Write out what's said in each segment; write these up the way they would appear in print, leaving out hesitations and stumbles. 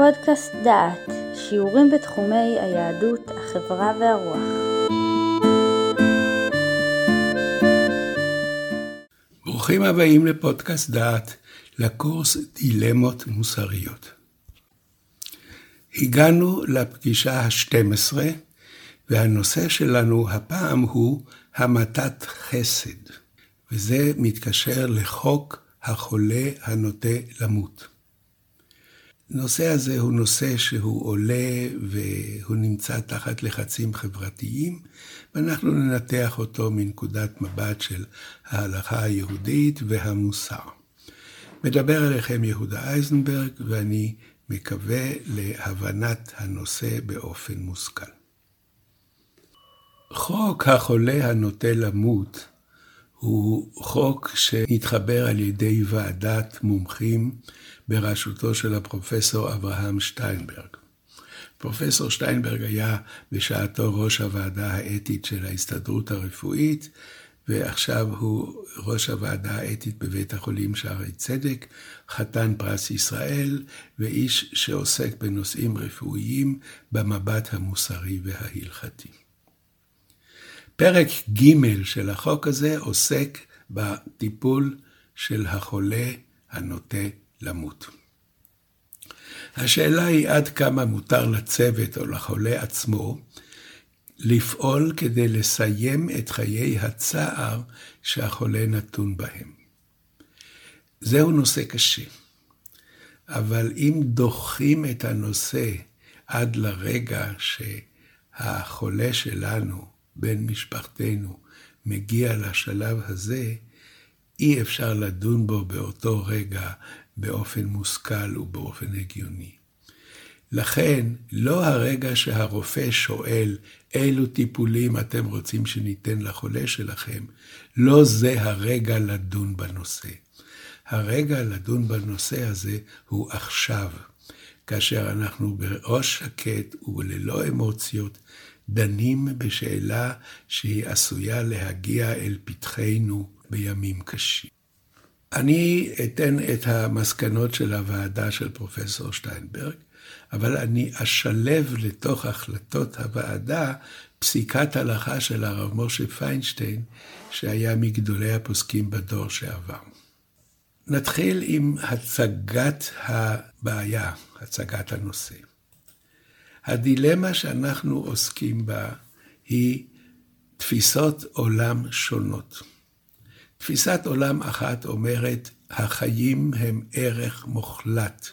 פודקאסט דעת, שיעורים בתחומי היהדות, החברה והרוח. ברוכים הבאים לפודקאסט דעת, לקורס דילמות מוסריות. הגענו לפגישה ה-12, והנושא שלנו הפעם הוא המתת חסד, וזה מתקשר לחוק החולה הנוטה למות. הנושא הזה הוא נושא שהוא עולה והוא נמצא תחת לחצים חברתיים, ואנחנו ננתח אותו מנקודת מבט של ההלכה היהודית והמוסר. מדבר אליכם יהודה אייזנברג, ואני מקווה להבנת הנושא באופן מושכל. חוק החולה הנוטה למות הוא חוק שנתחבר על ידי ועדת מומחים בראשותו של הפרופסור אברהם שטיינברג. פרופסור שטיינברג היה בשעתו ראש הוועדה האתית של ההסתדרות הרפואית, ועכשיו הוא ראש הוועדה האתית בבית החולים שערי צדק, חתן פרס ישראל, ואיש שעוסק בנושאים רפואיים במבט המוסרי וההלכתי. פרק ג' של החוק הזה עוסק בטיפול של החולה הנוטה למות. השאלה היא עד כמה מותר לצוות או לחולה עצמו לפעול כדי לסיים את חיי הצער שהחולה נתון בהם. זהו נושא קשה, אבל אם דוחים את הנושא עד לרגע שהחולה שלנו, בן משפחתנו, מגיע לשלב הזה, אי אפשר לדון בו באותו רגע באופן מושכל ובאופן הגיוני. לכן, לא הרגע שהרופא שואל אילו טיפולים אתם רוצים שניתן לחולה שלכם, לא זה הרגע לדון בנושא. הרגע לדון בנושא הזה הוא עכשיו, כאשר אנחנו בראש שקט וללא אמוציות, דנים בשאלה שהיא עשויה להגיע אל פתחנו בימים קשים. אני אתן את המסקנות של הוועדה של פרופסור שטיינברג, אבל אני אשלב לתוך החלטות הוועדה פסיקת הלכה של הרב משה פיינשטיין, שהיה מגדולי הפוסקים בדור שעבר. נתחיל עם הצגת הבעיה, הצגת הנושא. הדילמה שאנחנו עוסקים בה היא תפיסות עולם שונות. תפיסת עולם אחת אומרת, החיים הם ערך מוחלט,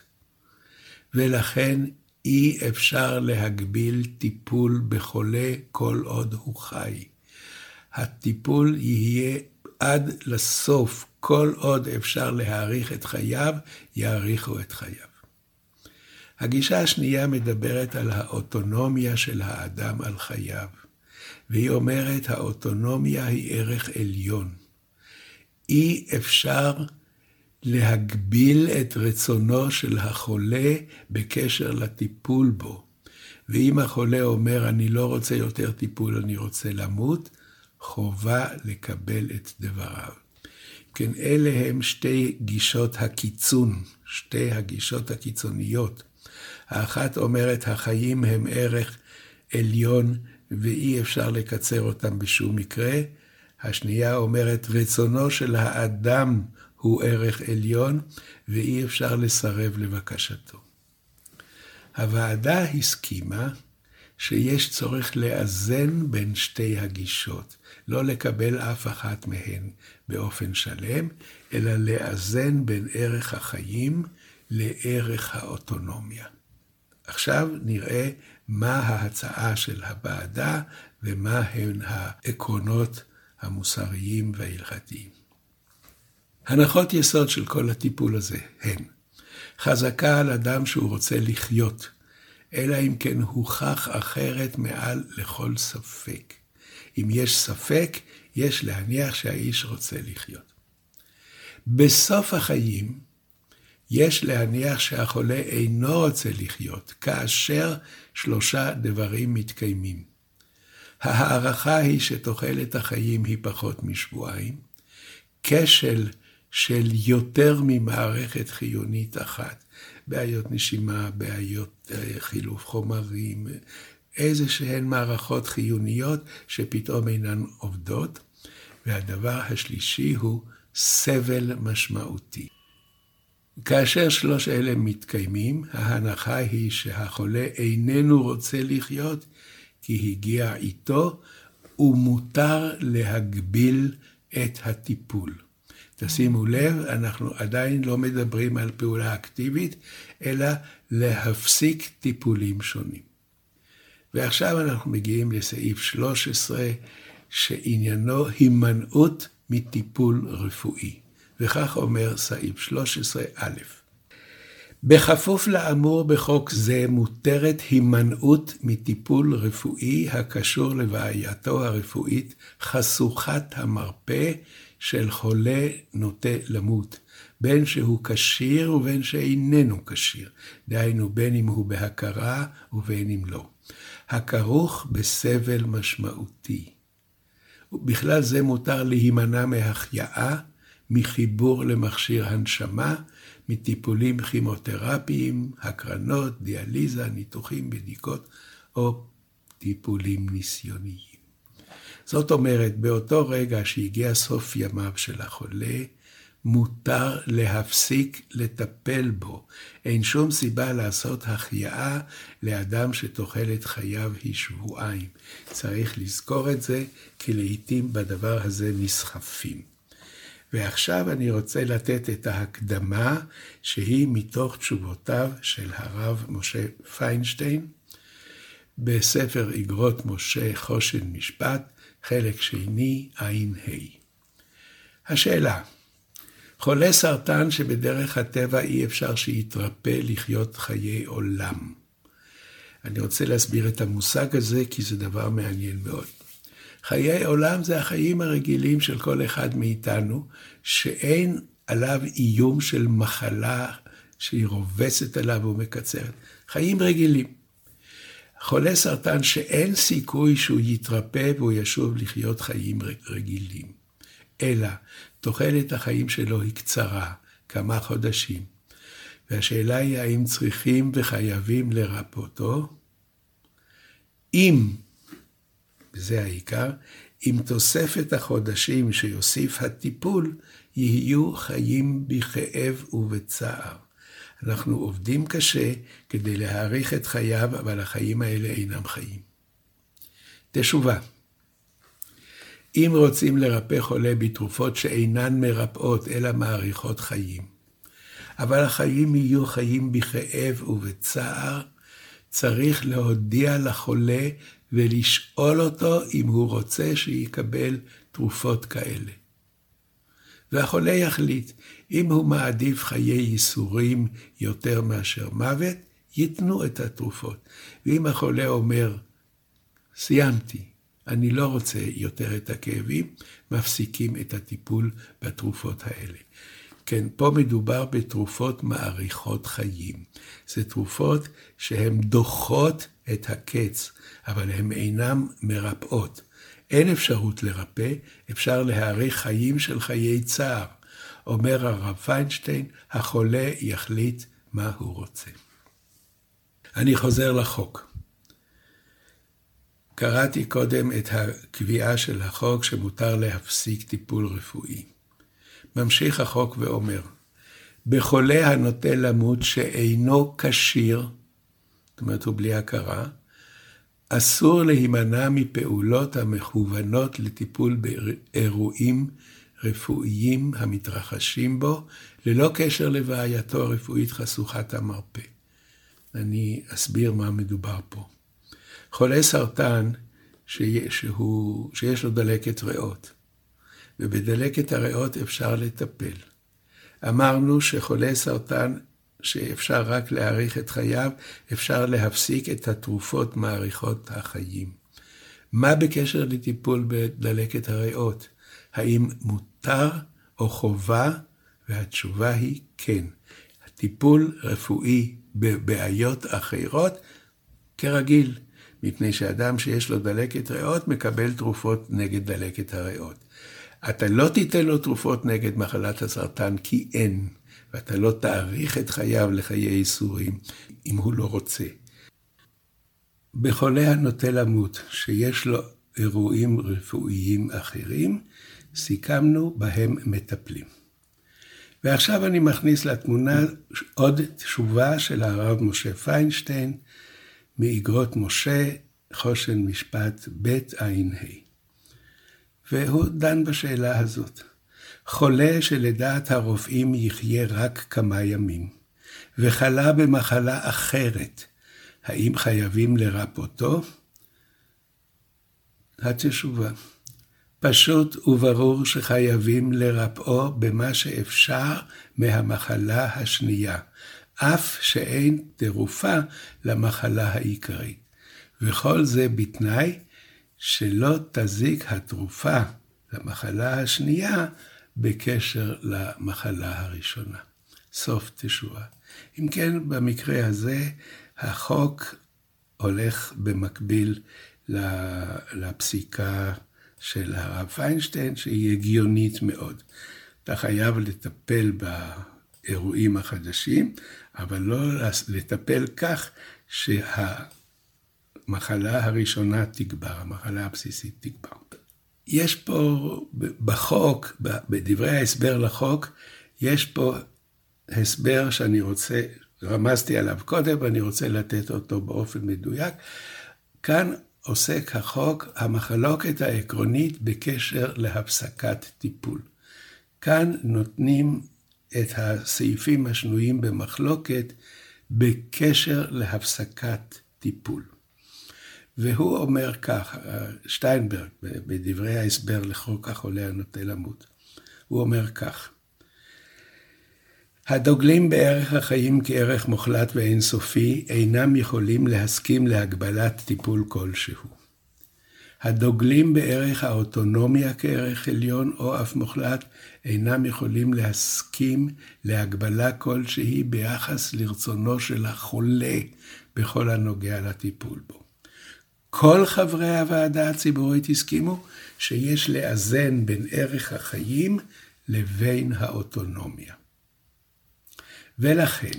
ולכן אי אפשר להגביל טיפול בחולה כל עוד הוא חי. הטיפול יהיה עד לסוף, כל עוד אפשר להאריך את חייו, יאריכו את חייו. הגישה השנייה מדברת על האוטונומיה של האדם על חייו, והיא אומרת, האוטונומיה היא ערך עליון. אי אפשר להגביל את רצונו של החולה בקשר לטיפול בו. ואם החולה אומר, אני לא רוצה יותר טיפול, אני רוצה למות, חובה לקבל את דבריו. כן, אלה הם שתי גישות הקיצון, שתי הגישות הקיצוניות. האחת אומרת, החיים הם ערך עליון ואי אפשר לקצר אותם בשום מקרה. השנייה אומרת, רצונו של האדם הוא ערך עליון ואי אפשר לסרב לבקשתו. הוועדה הסכימה שיש צורך לאזן בין שתי הגישות, לא לקבל אף אחת מהן באופן שלם, אלא לאזן בין ערך החיים לערך האוטונומיה. עכשיו נראה מה ההצעה של הוועדה ומה הן העקרונות המוסריים וההלכתיים. הנחות יסוד של כל הטיפול הזה הן חזקה על אדם שהוא רוצה לחיות, אלא אם כן הוכח אחרת מעל לכל ספק. אם יש ספק, יש להניח שהאיש רוצה לחיות. בסוף החיים, יש להניח שהחולה אינו רוצה לחיות, כאשר 3 דברים מתקיימים. ההערכה היא שתוחלת החיים היא פחות משבועיים, כשל של יותר ממערכת חיונית אחת. בעיות נשימה, בעיות חילוף חומרים, איזה שהן מערכות חיוניות שפתאום אינן עובדות. והדבר השלישי הוא סבל משמעותי. כאשר שלוש אלה מתקיימים, ההנחה היא שהחולה איננו רוצה לחיות, כי הגיע איתו, ומותר להגביל את הטיפול. תשימו לב, אנחנו עדיין לא מדברים על פעולה אקטיבית, אלא להפסיק טיפולים שונים. ועכשיו אנחנו מגיעים לסעיף 13, שעניינו הימנעות מטיפול רפואי. וכך אומר סעיף 13א. בכפוף לאמור בחוק זה מותרת הימנעות מטיפול רפואי הקשור לבעייתו הרפואית חשוכת המרפא של חולה נוטה למות, בין שהוא כשיר ובין שאיננו כשיר, דהיינו בין אם הוא בהכרה ובין אם לא, הכרוך בסבל משמעותי. בכלל זה מותר להימנע מהחייאה, מחיבור למכשיר הנשמה, מטיפולים כימותרפיים, הקרנות, דיאליזה, ניתוחים, בדיקות או טיפולים ניסיוניים. זאת אומרת, באותו רגע שהגיע סוף ימיו של החולה, מותר להפסיק לטפל בו. אין שום סיבה לעשות החייאה לאדם שתוחלת חייו היא שבועיים. צריך לזכור את זה, כי לעתים בדבר הזה נסחפים. ועכשיו אני רוצה לתת את ההקדמה שהיא מתוך תשובותיו של הרב משה פיינשטיין, בספר איגרות משה חושן משפט, חלק שני, עין ה'. השאלה, חולה סרטן שבדרך הטבע אי אפשר שיתרפא לחיות חיי עולם. אני רוצה להסביר את המושג הזה כי זה דבר מעניין מאוד. חיי עולם זה החיים הרגילים של כל אחד מאיתנו, שאין עליו איום של מחלה שהיא רובסת עליו ומקצרת. חיים רגילים. חולה סרטן שאין סיכוי שהוא יתרפא והוא ישוב לחיות חיים רגילים. אלא תוחלת החיים שלו היא קצרה, כמה חודשים. והשאלה היא האם צריכים וחייבים לרפאותו? וזה העיקר, עם תוספת החודשים שיוסיף הטיפול, יהיו חיים בכאב ובצער. אנחנו עובדים קשה כדי להאריך את חייו, אבל החיים האלה אינם חיים. תשובה. אם רוצים לרפא חולה בתרופות שאינן מרפאות, אלא מאריכות חיים, אבל החיים יהיו חיים בכאב ובצער, צריך להודיע לחולה ולשאול אותו אם הוא רוצה שיקבל תרופות כאלה. והחולה יחליט, אם הוא מעדיף חיי ייסורים יותר מאשר מוות, ייתנו את התרופות. ואם החולה אומר, סיימתי, אני לא רוצה יותר את הכאבים, מפסיקים את הטיפול בתרופות האלה. כן, פה מדובר בתרופות מאריכות חיים. זה תרופות שהן דוחות את הקץ, אבל הן אינן מרפאות. אין אפשרות לרפא, אפשר להאריך חיים של חיי צער. אומר הרב פיינשטיין, החולה יחליט מה הוא רוצה. אני חוזר לחוק. קראתי קודם את הקביעה של החוק שמותר להפסיק טיפול רפואי. ממשיך החוק ואומר, בחולה הנוטה למות שאינו כשיר, זאת אומרת הוא בלי הכרה, אסור להימנע מפעולות המכוונות לטיפול באירועים רפואיים המתרחשים בו, ללא קשר לבעייתו הרפואית חשוכת המרפא. אני אסביר מה מדובר פה. חולה סרטן שיש לו דלקת ריאות, ובדלקת הריאות אפשר לטפל. אמרנו שחולה סרטן שאפשר רק להאריך את חייו, אפשר להפסיק את התרופות מאריכות החיים. מה בקשר לטיפול בדלקת הריאות? האם מותר או חובה? והתשובה היא כן. הטיפול רפואי בבעיות אחרות כרגיל, מפני שאדם שיש לו דלקת ריאות מקבל תרופות נגד דלקת הריאות. אתה לא תיתן לו תרופות נגד מחלת הסרטן כי אין, ואתה לא תאריך את חייו לחיי ייסורים אם הוא לא רוצה. בחולה הנוטה למות שיש לו אירועים רפואיים אחרים, סיכמנו בהם מטפלים. ועכשיו אני מכניס לתמונה עוד תשובה של הרב משה פיינשטיין, מאגרות משה, חושן משפט בית עין ה'. והוא דן בשאלה הזאת. חולה שלדעת הרופאים יחיה רק כמה ימים, וחלה במחלה אחרת, האם חייבים לרפאותו? התשובה. פשוט וברור שחייבים לרפאו במה שאפשר מהמחלה השנייה, אף שאין תרופה למחלה העיקרית. וכל זה בתנאי שלא תזיק התרופה למחלה השנייה בקשר למחלה הראשונה. סוף תשובה. אם כן, במקרה הזה, החוק הולך במקביל לפסיקה של הרב פיינשטיין, שהיא הגיונית מאוד. אתה חייב לטפל באירועים החדשים, אבל לא לטפל כך שהמחלה הראשונה תגבר, המחלה הבסיסית תגבר. יש פה בחוק, בדברי ההסבר לחוק, יש פה הסבר שאני רוצה, רמזתי עליו קודם, ואני רוצה לתת אותו באופן מדויק. כאן עוסק החוק המחלוקת העקרונית בקשר להפסקת טיפול. כאן נותנים את הסעיפים השנויים במחלוקת בקשר להפסקת טיפול. והוא אומר כך, שטיינברג, בדברי ההסבר לחוק החולה הנוטה למות, הוא אומר כך, הדוגלים בערך החיים כערך מוחלט ואינסופי אינם יכולים להסכים להגבלת טיפול כלשהו. הדוגלים בערך האוטונומיה כערך עליון או אף מוחלט אינם יכולים להסכים להגבלה כלשהי ביחס לרצונו של החולה בכל הנוגע לטיפול בו. כל חברי הוועדה הציבורית הסכימו שיש לאזן בין ערך החיים לבין האוטונומיה. ולכן,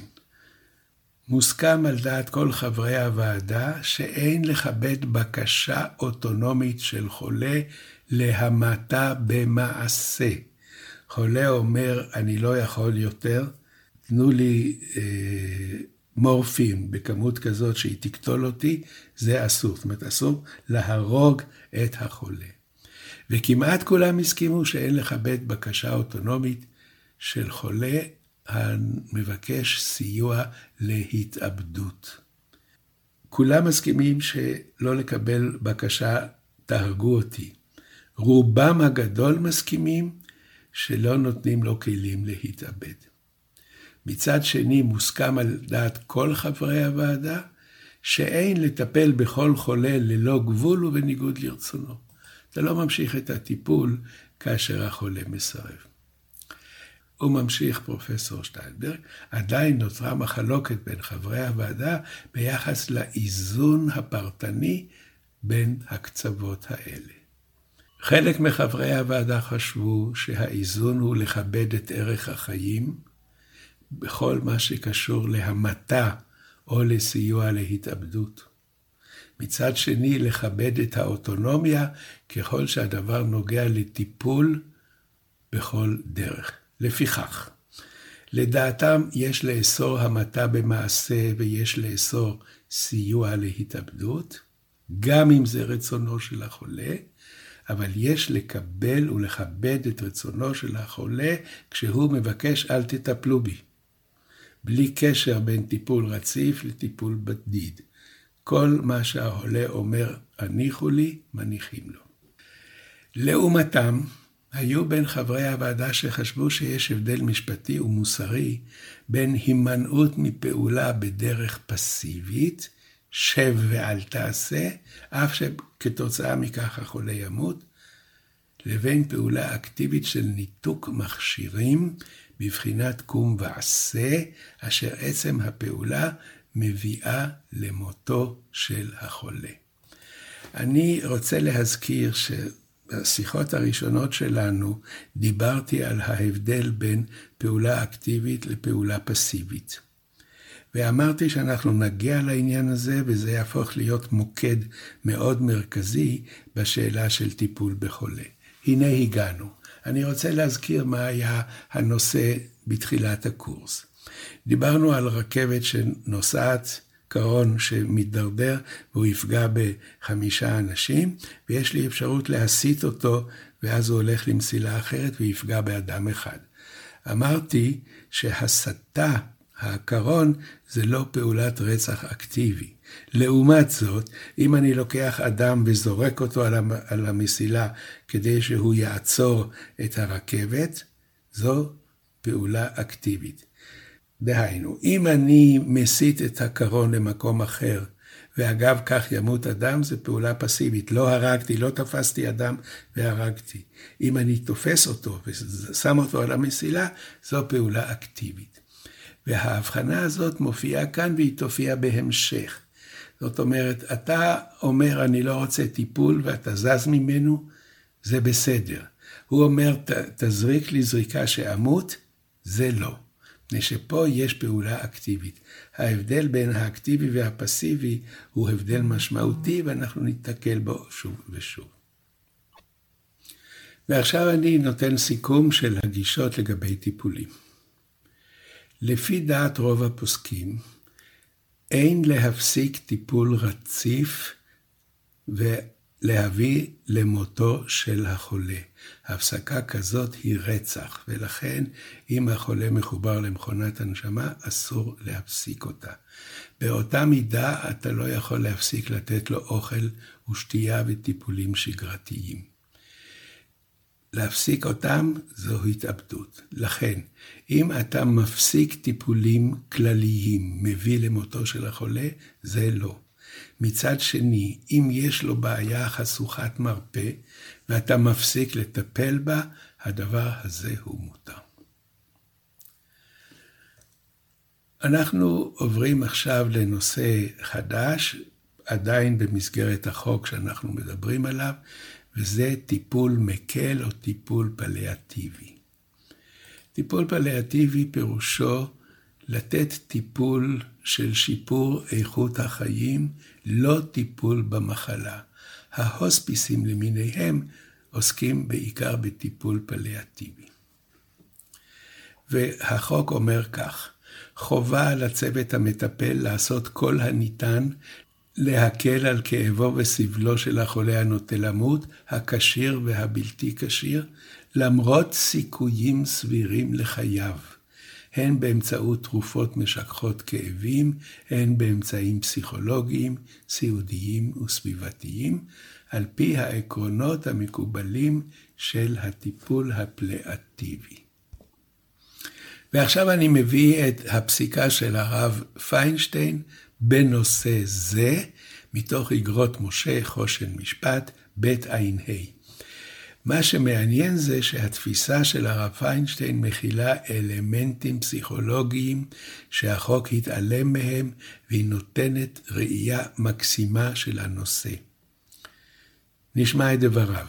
מוסכם על דעת כל חברי הוועדה שאין לכבד בקשה אוטונומית של חולה להמתה במעשה. חולה אומר, אני לא יכול יותר, תנו לי מורפין בכמות כזאת שהיא תקטול אותי, זה אסור. זאת אומרת, אסור להרוג את החולה. וכמעט כולם הסכימו שאין לכבד בקשה אוטונומית של חולה, המבקש סיוע להתאבדות. כולם מסכימים שלא לקבל בקשה תהרגו אותי. רובם הגדול מסכימים שלא נותנים לו כלים להתאבד. מצד שני מוסכם על דעת כל חברי הוועדה שאין לטפל בכל חולה ללא גבול ובניגוד לרצונו. אתה לא ממשיך את הטיפול כאשר החולה מסרב. הוא ממשיך פרופסור שטיינברג, עדיין נותרה מחלוקת בין חברי הוועדה ביחס לאיזון הפרטני בין הקצוות האלה. חלק מחברי הוועדה חשבו שהאיזון הוא לכבד את ערך החיים בכל מה שקשור להמתה או לסיוע להתאבדות. מצד שני, לכבד את האוטונומיה ככל שהדבר נוגע לטיפול בכל דרך. לפיכך, לדעתם יש לאסור המתה במעשה ויש לאסור סיוע להתאבדות, גם אם זה רצונו של החולה, אבל יש לקבל ולכבד את רצונו של החולה כשהוא מבקש אל תטפלו בי. בלי קשר בין טיפול רציף לטיפול בדיד. כל מה שהחולה אומר, הניחו לי, מניחים לו. לעומתם, היו בין חברי הוועדה שחשבו שיש הבדל משפטי ומוסרי בין הימנעות מפעולה בדרך פסיבית, שב ואל תעשה, אף שכתוצאה מכך החולה ימות, לבין פעולה אקטיבית של ניתוק מכשירים בבחינת קום ועשה, אשר עצם הפעולה מביאה למותו של החולה. אני רוצה להזכיר בשיחות הראשונות שלנו דיברתי על ההבדל בין פעולה אקטיבית לפעולה פסיבית. ואמרתי שאנחנו נגיע לעניין הזה, וזה יהפוך להיות מוקד מאוד מרכזי בשאלה של טיפול בחולה. הנה הגענו. אני רוצה להזכיר מה היה הנושא בתחילת הקורס. דיברנו על רכבת שנוסעת, קרון שמתדרדר והוא יפגע ב5 אנשים, ויש לי אפשרות להסיט אותו, ואז הוא הולך למסילה אחרת ויפגע באדם אחד. אמרתי שהסתה הקרון זה לא פעולת רצח אקטיבי. לעומת זאת, אם אני לוקח אדם וזורק אותו על המסילה כדי שהוא יעצור את הרכבת, זו פעולה אקטיבית. דהיינו, אם אני מסיט את הקרון למקום אחר, ואגב כך ימות אדם, זה פעולה פסיבית. לא הרגתי, לא תפסתי אדם והרגתי. אם אני תופס אותו ושם אותו על המסילה, זו פעולה אקטיבית. וההבחנה הזאת מופיעה כאן והיא תופיע בהמשך. זאת אומרת, אתה אומר אני לא רוצה טיפול ואתה זז ממנו, זה בסדר. הוא אומר תזריק לי זריקה שאמות, זה לא. מפני שפה יש פעולה אקטיבית. ההבדל בין האקטיבי והפסיבי הוא הבדל משמעותי ואנחנו נתקל בו שוב ושוב. ועכשיו אני נותן סיכום של הגישות לגבי טיפולים. לפי דעת רוב הפוסקים, אין להפסיק טיפול רציף ולהביא למותו של החולה. הפסקה כזאת היא רצח, ולכן אם החולה מחובר למכונת הנשמה, אסור להפסיק אותה. באותה מידה אתה לא יכול להפסיק לתת לו אוכל ושתייה וטיפולים שגרתיים. להפסיק אותם זו התאבדות. לכן, אם אתה מפסיק טיפולים כלליים, מביא למותו של החולה, זה לא. מצד שני, אם יש לו בעיה חשוכת מרפא, ואתה מפסיק לטפל בה, הדבר הזה הוא מותר. אנחנו עוברים עכשיו לנושא חדש, עדיין במסגרת החוק שאנחנו מדברים עליו, וזה טיפול מקל או טיפול פליאטיבי. טיפול פליאטיבי פירושו לתת טיפול של שיפור איכות החיים, לא טיפול במחלה. ההוספיסים למיניהם עוסקים בעיקר בטיפול פליאטיבי. והחוק אומר כך, חובה על הצוות המטפל לעשות כל הניתן להקל על כאבו וסבלו של החולה הנוטה למות, הקשיר והבלתי קשיר, למרות סיכויים סבירים לחייו, הן באמצעות תרופות משככות כאבים, הן באמצעים פסיכולוגיים, סיעודיים וסביבתיים, על פי העקרונות המקובלים של הטיפול הפליאטיבי. ועכשיו אני מביא את הפסיקה של הרב פיינשטיין בנושא זה, מתוך אגרות משה חושן משפט בית עין ה'. מה שמעניין זה שהתפיסה של הרב פיינשטיין מכילה אלמנטים פסיכולוגיים שהחוק התעלם מהם, והיא נותנת ראייה מקסימה של הנושא. נשמע את דבריו.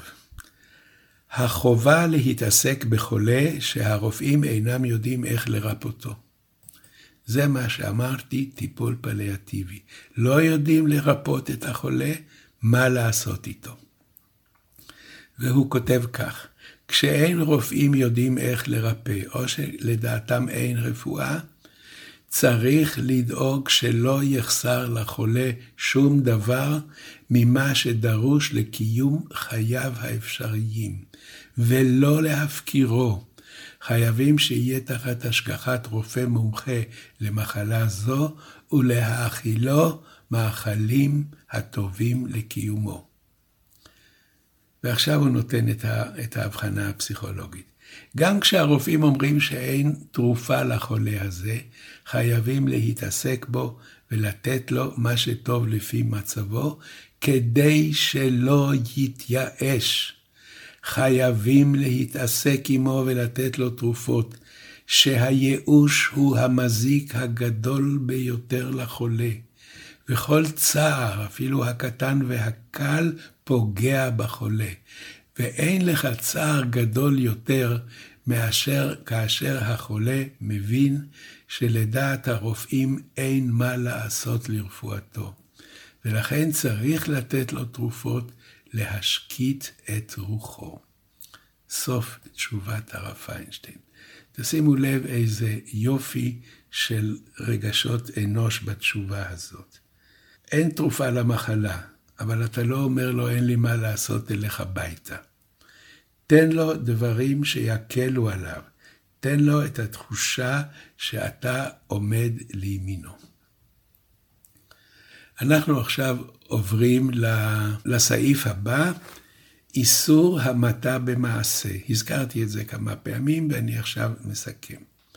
החובה להתעסק בחולה שהרופאים אינם יודעים איך לרפאותו. זה מה שאמרתי, טיפול פליאטיבי. לא יודעים לרפאות את החולה, מה לעשות איתו. והוא כותב כך, כשאין רופאים יודעים איך לרפא, או שלדעתם אין רפואה, צריך לדאוג שלא יחסר לחולה שום דבר ממה שדרוש לקיום חייו האפשריים, ולא להפקירו. חייבים שיהיה תחת השגחת רופא מומחה למחלה זו, ולהאכילו מאכלים הטובים לקיומו. ועכשיו הוא נותן את ההבחנה הפסיכולוגית. גם כשהרופאים אומרים שאין תרופה לחולה הזה, חייבים להתעסק בו ולתת לו מה שטוב לפי מצבו, כדי שלא יתייאש. חייבים להתעסק עמו ולתת לו תרופות, שהייאוש הוא המזיק הגדול ביותר לחולה. וכל צער, אפילו הקטן והקל, פוגע בחולה. ואין לך צער גדול יותר מאשר כאשר החולה מבין שלדעת הרופאים אין מה לעשות לרפואתו, ולכן צריך לתת לו תרופות להשקיט את רוחו. סוף תשובת הרב פיינשטיין. תשימו לב איזה יופי של רגשות אנוש בתשובה הזאת. אין תרופה למחלה, אבל אתה לא אומר לו אין לי מה לעשות, תלך הביתה. תן לו דברים שיקלו עליו. תן לו את התחושה שאתה עומד לימינו. אנחנו עכשיו עוברים לסעיף הבא, איסור המתה במעשה. הזכרתי את זה כמה פעמים ואני עכשיו מסכם.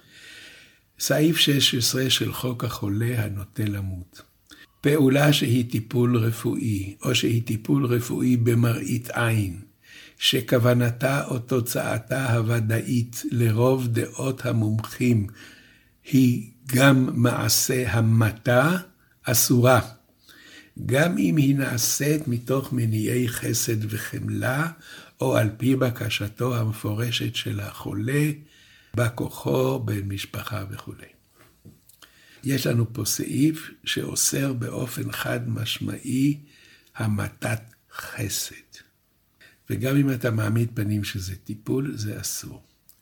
סעיף 16 של חוק החולה הנוטה למות. פעולה שהיא טיפול רפואי, או שהיא טיפול רפואי במראית עין, שכוונתה או תוצאתה הוודאית לרוב דעות המומחים, היא גם מעשה המתה, אסורה. גם אם היא נעשית מתוך מניעי חסד וחמלה, או על פי בקשתו המפורשת של החולה, בכוחו, בן משפחה וכו'. יש לנו פה סעיף שאוסר באופן חד משמעי המתת חסד. וגם אם אתה מעמיד פנים שזה טיפול, זה אסור.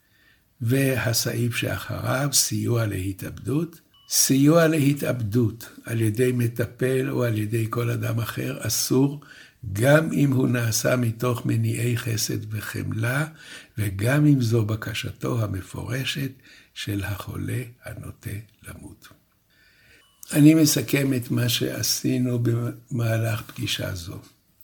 והסעיף שאחריו, סיוע להתאבדות. סיוע להתאבדות על ידי מטפל או על ידי כל אדם אחר אסור, גם אם הוא נעשה מתוך מניעי חסד וחמלה, וגם אם זו בקשתו המפורשת של החולה הנוטה למות. אני מסכם את מה שעשינו במהלך פגישה זו.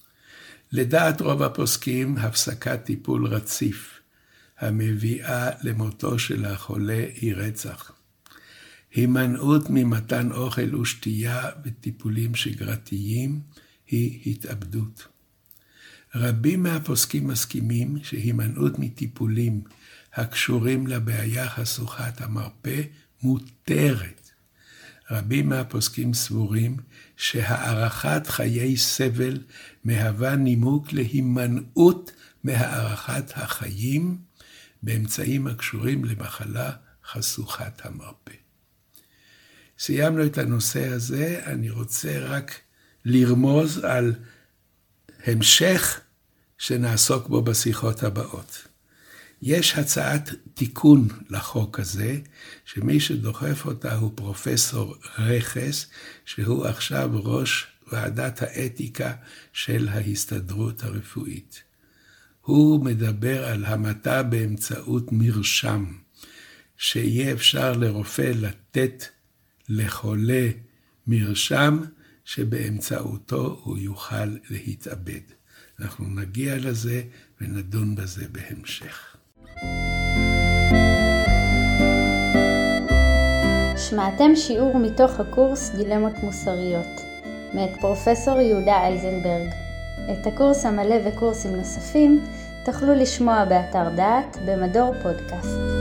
לדעת רוב הפוסקים, הפסקת טיפול רציף, המביאה למותו של החולה היא רצח. הימנעות ממתן אוכל ושתייה וטיפולים שגרתיים היא התאבדות. רבים מהפוסקים מסכימים שהימנעות מטיפולים הקשורים לבעיה חשוכת המרפא מותרת. רבים מהפוסקים סבורים שהארכת חיי סבל מהווה נימוק להימנעות מהארכת החיים באמצעים הקשורים למחלה חשוכת המרפא. סיימנו את הנושא הזה, אני רוצה רק לרמוז על המשך שנעסוק בו בשיחות הבאות. יש הצעת תיקון לחוק הזה, שמי שדוחף אותה הוא פרופסור רכס, שהוא עכשיו ראש ועדת האתיקה של ההסתדרות הרפואית. הוא מדבר על המתה באמצעות מרשם, שיהיה אפשר לרופא לתת לחולה מרשם שבאמצעותו הוא יוכל להתאבד. אנחנו נגיע לזה ונדון בזה בהמשך. שמעתם שיעור מתוך הקורס דילמות מוסריות, מאת פרופסור יהודה אייזנברג. את הקורס המלא וקורסים נוספים תוכלו לשמוע באתר דעת במדור פודקאסט.